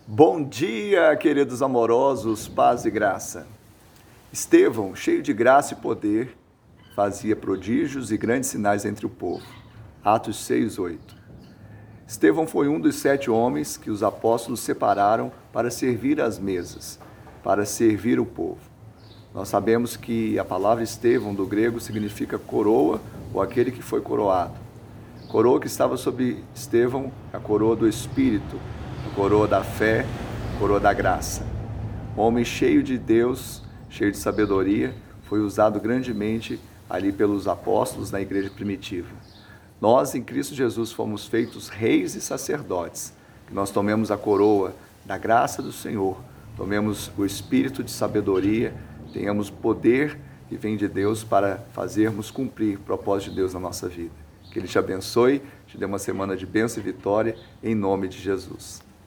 Bom dia, queridos amorosos, paz e graça. Estevão, cheio de graça e poder, fazia prodígios e grandes sinais entre o povo. Atos 6:8. Estevão foi um dos 7 homens que os apóstolos separaram para servir às mesas, para servir o povo. Nós sabemos que a palavra Estevão, do grego, significa coroa ou aquele que foi coroado. A coroa que estava sobre Estevão, a coroa do Espírito, a coroa da fé, a coroa da graça. Homem cheio de Deus, cheio de sabedoria, foi usado grandemente ali pelos apóstolos na igreja primitiva. Nós, em Cristo Jesus, fomos feitos reis e sacerdotes. Que nós tomemos a coroa da graça do Senhor, tomemos o espírito de sabedoria, tenhamos poder que vem de Deus para fazermos cumprir o propósito de Deus na nossa vida. Que Ele te abençoe, te dê uma semana de bênção e vitória, em nome de Jesus.